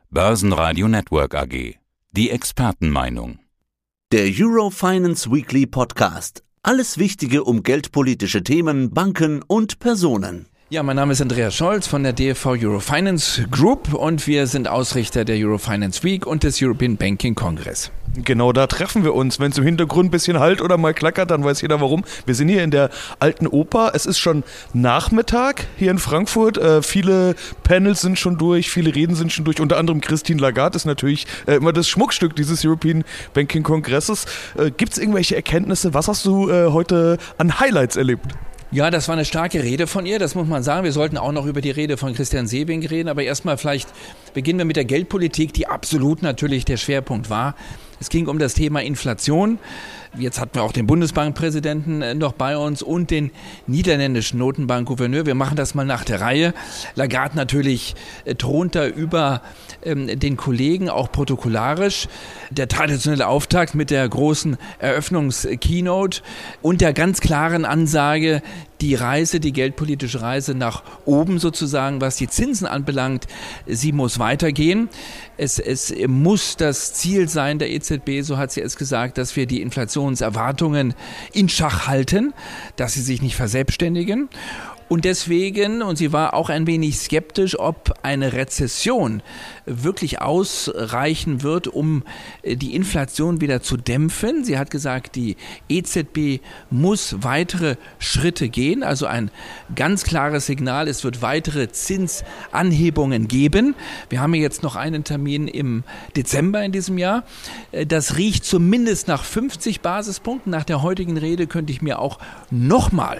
Börsenradio Network AG. Die Expertenmeinung. Der Eurofinance Weekly Podcast. Alles Wichtige um geldpolitische Themen, Banken und Personen. Ja, mein Name ist Andreas Scholz von der DFV Eurofinance Group und wir sind Ausrichter der Eurofinance Week und des European Banking Congress. Genau, da treffen wir uns. Wenn es im Hintergrund ein bisschen halt oder mal klackert, dann weiß jeder warum. Wir sind hier in der Alten Oper. Es ist schon Nachmittag hier in Frankfurt. Viele Panels sind schon durch, viele Reden sind schon durch. Unter anderem Christine Lagarde ist natürlich immer das Schmuckstück dieses European Banking Kongresses. Gibt es irgendwelche Erkenntnisse? Was hast du heute an Highlights erlebt? Ja, das war eine starke Rede von ihr, das muss man sagen. Wir sollten auch noch über die Rede von Christian Sewing reden, aber erstmal vielleicht beginnen wir mit der Geldpolitik, die absolut natürlich der Schwerpunkt war. Es ging um das Thema Inflation. Jetzt hatten wir auch den Bundesbankpräsidenten noch bei uns und den niederländischen Notenbankgouverneur. Wir machen das mal nach der Reihe. Lagarde natürlich thront da über den Kollegen, auch protokollarisch. Der traditionelle Auftakt mit der großen Eröffnungskeynote und der ganz klaren Ansage, die geldpolitische Reise nach oben sozusagen, was die Zinsen anbelangt, sie muss weitergehen. Es muss das Ziel sein der EZB, so hat sie es gesagt, dass wir die Inflationserwartungen in Schach halten, dass sie sich nicht verselbstständigen. Und deswegen, und sie war auch ein wenig skeptisch, ob eine Rezession wirklich ausreichen wird, um die Inflation wieder zu dämpfen. Sie hat gesagt, die EZB muss weitere Schritte gehen, also ein ganz klares Signal, es wird weitere Zinsanhebungen geben. Wir haben jetzt noch einen Termin im Dezember in diesem Jahr. Das riecht zumindest nach 50 Basispunkten. Nach der heutigen Rede könnte ich mir auch nochmal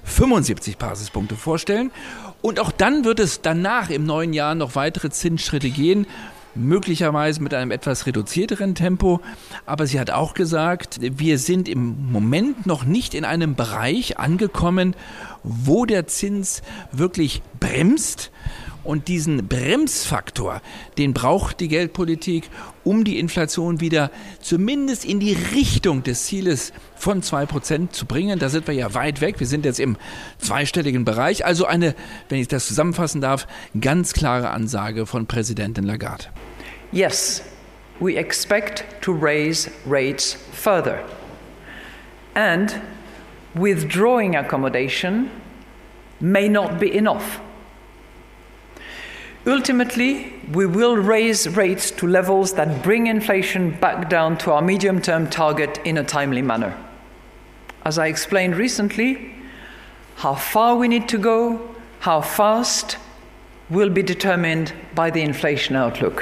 75 Basispunkte vorstellen. Und auch dann wird es danach im neuen Jahr noch weitere Zinsschritte gehen, möglicherweise mit einem etwas reduzierteren Tempo. Aber sie hat auch gesagt, wir sind im Moment noch nicht in einem Bereich angekommen, wo der Zins wirklich bremst. Und diesen Bremsfaktor, den braucht die Geldpolitik, um die Inflation wieder zumindest in die Richtung des Zieles von 2% zu bringen. Da sind wir ja weit weg. Wir sind jetzt im zweistelligen Bereich. Also eine, wenn ich das zusammenfassen darf, ganz klare Ansage von Präsidentin Lagarde. Yes, we expect to raise rates further. And withdrawing accommodation may not be enough. Ultimately, we will raise rates to levels that bring inflation back down to our medium-term target in a timely manner. As I explained recently, how far we need to go, how fast, will be determined by the inflation outlook.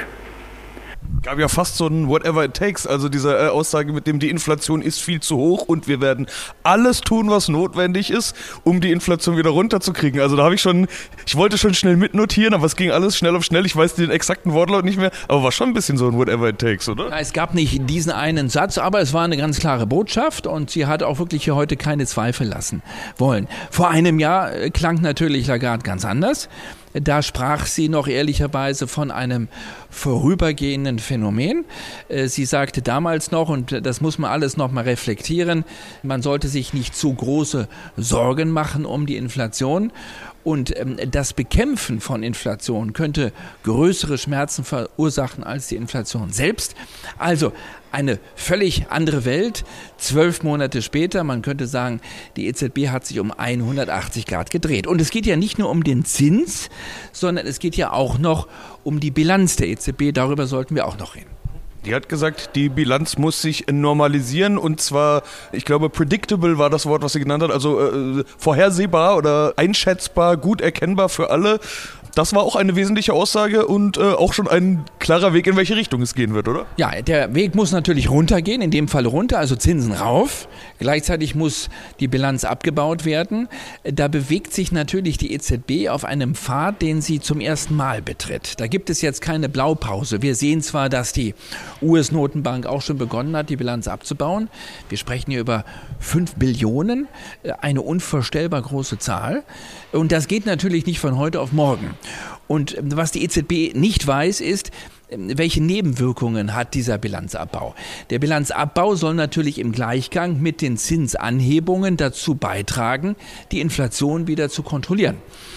Gab ja fast so ein Whatever it takes, also diese Aussage mit dem, die Inflation ist viel zu hoch und wir werden alles tun, was notwendig ist, um die Inflation wieder runterzukriegen. Also da ich wollte schon schnell mitnotieren, aber es ging alles schnell auf schnell. Ich weiß den exakten Wortlaut nicht mehr, aber war schon ein bisschen so ein Whatever it takes, oder? Ja, es gab nicht diesen einen Satz, aber es war eine ganz klare Botschaft und sie hat auch wirklich hier heute keine Zweifel lassen wollen. Vor einem Jahr klang natürlich Lagarde ganz anders. Da sprach sie noch ehrlicherweise von einem vorübergehenden Phänomen. Sie sagte damals noch, und das muss man alles noch mal reflektieren, man sollte sich nicht zu große Sorgen machen um die Inflation. Und das Bekämpfen von Inflation könnte größere Schmerzen verursachen als die Inflation selbst. Also eine völlig andere Welt. 12 Monate später, man könnte sagen, die EZB hat sich um 180 Grad gedreht. Und es geht ja nicht nur um den Zins, sondern es geht ja auch noch um die Bilanz der EZB. Darüber sollten wir auch noch reden. Die hat gesagt, die Bilanz muss sich normalisieren und zwar, ich glaube, predictable war das Wort, was sie genannt hat, also vorhersehbar oder einschätzbar, gut erkennbar für alle. Das war auch eine wesentliche Aussage und auch schon ein klarer Weg, in welche Richtung es gehen wird, oder? Ja, der Weg muss natürlich runtergehen, in dem Fall runter, also Zinsen rauf. Gleichzeitig muss die Bilanz abgebaut werden. Da bewegt sich natürlich die EZB auf einem Pfad, den sie zum ersten Mal betritt. Da gibt es jetzt keine Blaupause. Wir sehen zwar, dass die US-Notenbank auch schon begonnen hat, die Bilanz abzubauen. Wir sprechen hier über 5 Billionen, eine unvorstellbar große Zahl. Und das geht natürlich nicht von heute auf morgen. Und was die EZB nicht weiß, ist, welche Nebenwirkungen hat dieser Bilanzabbau? Der Bilanzabbau soll natürlich im Gleichgang mit den Zinsanhebungen dazu beitragen, die Inflation wieder zu kontrollieren.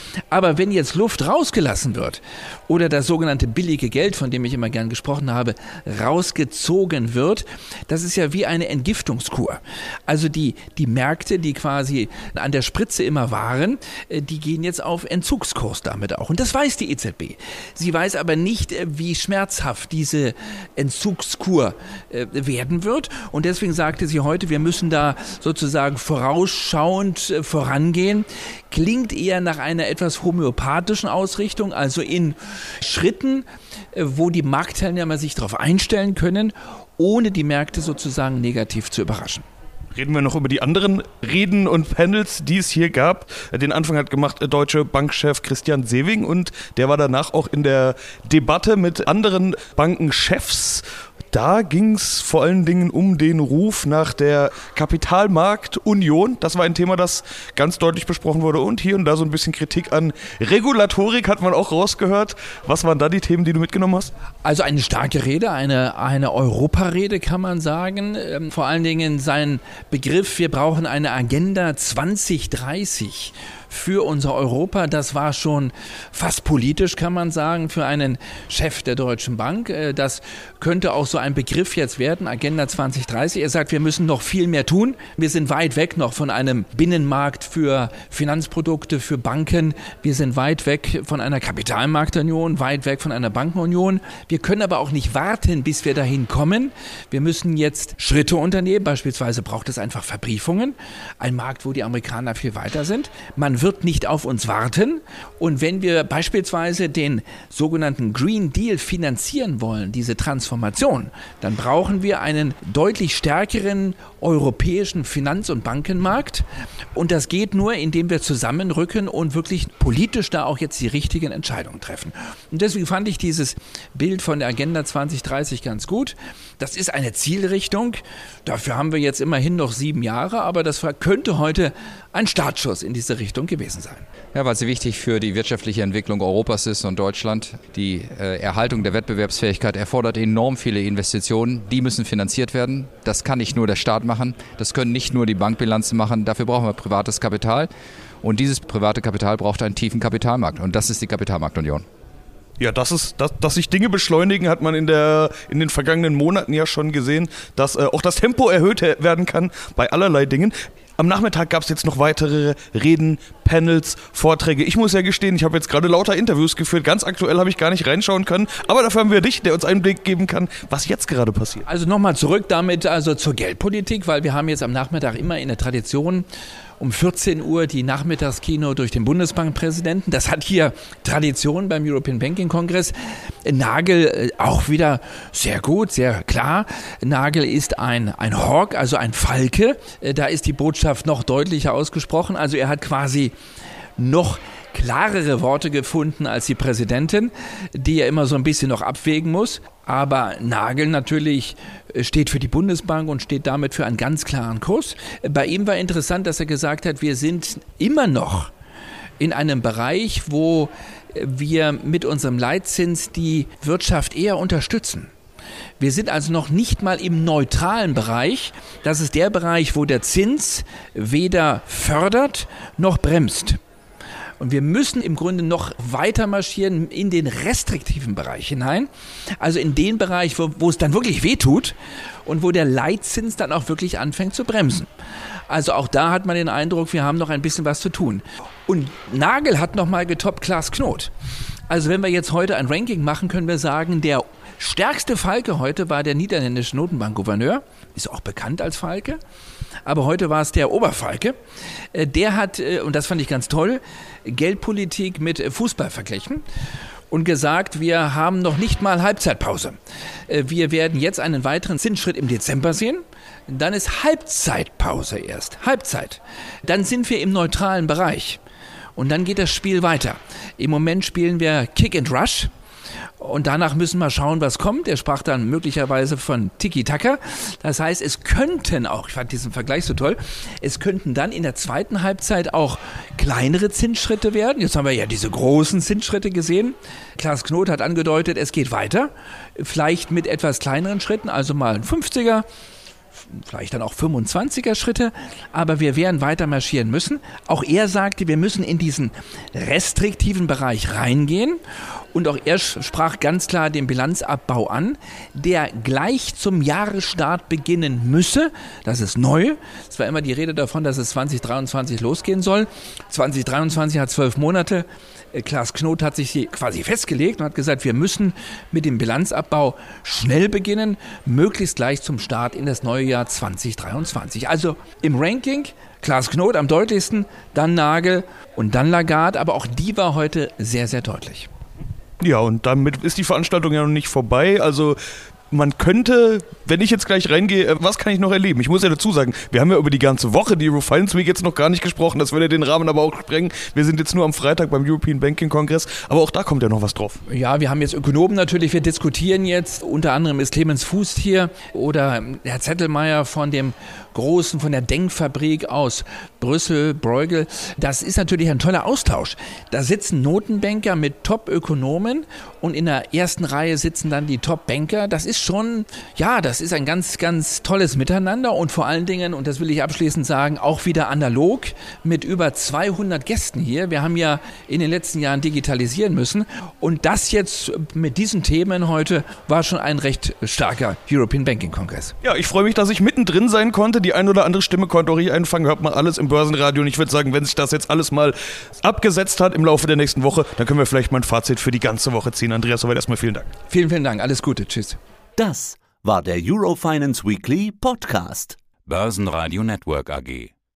Aber wenn jetzt Luft rausgelassen wird oder das sogenannte billige Geld, von dem ich immer gern gesprochen habe, rausgezogen wird, das ist ja wie eine Entgiftungskur. Also die Märkte, die quasi an der Spritze immer waren, die gehen jetzt auf Entzugskurs damit auch. Und das weiß die EZB. Sie weiß aber nicht, wie schmerzhaft diese Entzugskur werden wird. Und deswegen sagte sie heute, wir müssen da sozusagen vorausschauend vorangehen. Klingt eher nach einer etwas homöopathischen Ausrichtung, also in Schritten, wo die Marktteilnehmer sich darauf einstellen können, ohne die Märkte sozusagen negativ zu überraschen. Reden wir noch über die anderen Reden und Panels, die es hier gab. Den Anfang hat gemacht Deutsche Bankchef Christian Sewing und der war danach auch in der Debatte mit anderen Bankenchefs. Da ging es vor allen Dingen um den Ruf nach der Kapitalmarktunion. Das war ein Thema, das ganz deutlich besprochen wurde. Und hier und da so ein bisschen Kritik an Regulatorik hat man auch rausgehört. Was waren da die Themen, die du mitgenommen hast? Also eine starke Rede, eine Europarede kann man sagen. Vor allen Dingen sein Begriff, wir brauchen eine Agenda 2030 für unser Europa. Das war schon fast politisch, kann man sagen, für einen Chef der Deutschen Bank. Das könnte auch so ein Begriff jetzt werden, Agenda 2030. Er sagt, wir müssen noch viel mehr tun. Wir sind weit weg noch von einem Binnenmarkt für Finanzprodukte, für Banken. Wir sind weit weg von einer Kapitalmarktunion, weit weg von einer Bankenunion. Wir können aber auch nicht warten, bis wir dahin kommen. Wir müssen jetzt Schritte unternehmen. Beispielsweise braucht es einfach Verbriefungen. Ein Markt, wo die Amerikaner viel weiter sind. Man wird nicht auf uns warten. Und wenn wir beispielsweise den sogenannten Green Deal finanzieren wollen, diese Transformation, dann brauchen wir einen deutlich stärkeren europäischen Finanz- und Bankenmarkt. Und das geht nur, indem wir zusammenrücken und wirklich politisch da auch jetzt die richtigen Entscheidungen treffen. Und deswegen fand ich dieses Bild von der Agenda 2030 ganz gut. Das ist eine Zielrichtung. Dafür haben wir jetzt immerhin noch 7 Jahre, aber das könnte heute ein Startschuss in diese Richtung gewesen sein. Ja, weil sie wichtig für die wirtschaftliche Entwicklung Europas ist und Deutschland. Die Erhaltung der Wettbewerbsfähigkeit erfordert enorm viele Investitionen. Die müssen finanziert werden. Das kann nicht nur der Staat machen. Das können nicht nur die Bankbilanzen machen. Dafür brauchen wir privates Kapital. Und dieses private Kapital braucht einen tiefen Kapitalmarkt. Und das ist die Kapitalmarktunion. Ja, dass sich Dinge beschleunigen, hat man in den vergangenen Monaten ja schon gesehen, dass auch das Tempo erhöht werden kann bei allerlei Dingen. Am Nachmittag gab es jetzt noch weitere Reden, Panels, Vorträge. Ich muss ja gestehen, ich habe jetzt gerade lauter Interviews geführt. Ganz aktuell habe ich gar nicht reinschauen können. Aber dafür haben wir dich, der uns Einblick geben kann, was jetzt gerade passiert. Also nochmal zurück damit zur Geldpolitik, weil wir haben jetzt am Nachmittag immer in der Tradition um 14 Uhr die Nachmittagskino durch den Bundesbankpräsidenten. Das hat hier Tradition beim European Banking Congress. Nagel auch wieder sehr gut, sehr klar. Nagel ist ein Hawk, also ein Falke. Da ist die Botschaft noch deutlicher ausgesprochen. Also er hat quasi noch klarere Worte gefunden als die Präsidentin, die ja immer so ein bisschen noch abwägen muss. Aber Nagel natürlich steht für die Bundesbank und steht damit für einen ganz klaren Kurs. Bei ihm war interessant, dass er gesagt hat, wir sind immer noch in einem Bereich, wo wir mit unserem Leitzins die Wirtschaft eher unterstützen. Wir sind also noch nicht mal im neutralen Bereich. Das ist der Bereich, wo der Zins weder fördert noch bremst. Und wir müssen im Grunde noch weiter marschieren in den restriktiven Bereich hinein. Also in den Bereich, wo es dann wirklich wehtut und wo der Leitzins dann auch wirklich anfängt zu bremsen. Also auch da hat man den Eindruck, wir haben noch ein bisschen was zu tun. Und Nagel hat nochmal getoppt Klaas Knot. Also wenn wir jetzt heute ein Ranking machen, können wir sagen, der stärkste Falke heute war der niederländische Notenbankgouverneur, ist auch bekannt als Falke, aber heute war es der Oberfalke. Der hat, und das fand ich ganz toll, Geldpolitik mit Fußball verglichen und gesagt, wir haben noch nicht mal Halbzeitpause. Wir werden jetzt einen weiteren Zinsschritt im Dezember sehen. Dann ist Halbzeitpause erst. Halbzeit. Dann sind wir im neutralen Bereich. Und dann geht das Spiel weiter. Im Moment spielen wir Kick and Rush. Und danach müssen wir schauen, was kommt. Er sprach dann möglicherweise von Tiki-Taka. Das heißt, es könnten auch, ich fand diesen Vergleich so toll, es könnten dann in der zweiten Halbzeit auch kleinere Zinsschritte werden. Jetzt haben wir ja diese großen Zinsschritte gesehen. Klaas Knot hat angedeutet, es geht weiter. Vielleicht mit etwas kleineren Schritten, also mal ein 50er, vielleicht dann auch 25er Schritte, aber wir werden weiter marschieren müssen. Auch er sagte, wir müssen in diesen restriktiven Bereich reingehen. Und auch er sprach ganz klar den Bilanzabbau an, der gleich zum Jahresstart beginnen müsse. Das ist neu. Es war immer die Rede davon, dass es 2023 losgehen soll. 2023 hat 12 Monate. Klaas Knot hat sich quasi festgelegt und hat gesagt, wir müssen mit dem Bilanzabbau schnell beginnen, möglichst gleich zum Start in das neue Jahr 2023. Also im Ranking Klaas Knot am deutlichsten, dann Nagel und dann Lagarde, aber auch die war heute sehr, sehr deutlich. Ja, und damit ist die Veranstaltung ja noch nicht vorbei. Also man könnte, wenn ich jetzt gleich reingehe, was kann ich noch erleben? Ich muss ja dazu sagen, wir haben ja über die ganze Woche, die Euro Finance Week, jetzt noch gar nicht gesprochen. Das würde den Rahmen aber auch sprengen. Wir sind jetzt nur am Freitag beim European Banking Congress, aber auch da kommt ja noch was drauf. Ja, wir haben jetzt Ökonomen natürlich, wir diskutieren jetzt. Unter anderem ist Clemens Fuß hier oder Herr Zettelmeier von der Denkfabrik aus Brüssel, Bruegel. Das ist natürlich ein toller Austausch. Da sitzen Notenbanker mit Top-Ökonomen und in der ersten Reihe sitzen dann die Top-Banker. Das ist schon, ja, das ist ein ganz, ganz tolles Miteinander und vor allen Dingen, und das will ich abschließend sagen, auch wieder analog mit über 200 Gästen hier. Wir haben ja in den letzten Jahren digitalisieren müssen und das jetzt mit diesen Themen heute war schon ein recht starker European Banking Congress. Ja, ich freue mich, dass ich mittendrin sein konnte. Die eine oder andere Stimme konnte auch ich einfangen. Hört mal alles im Börsenradio und ich würde sagen, wenn sich das jetzt alles mal abgesetzt hat im Laufe der nächsten Woche, dann können wir vielleicht mal ein Fazit für die ganze Woche ziehen. Andreas, soweit erstmal vielen Dank. Vielen, vielen Dank. Alles Gute. Tschüss. Das war der Euro Finance Weekly Podcast. Börsenradio Network AG.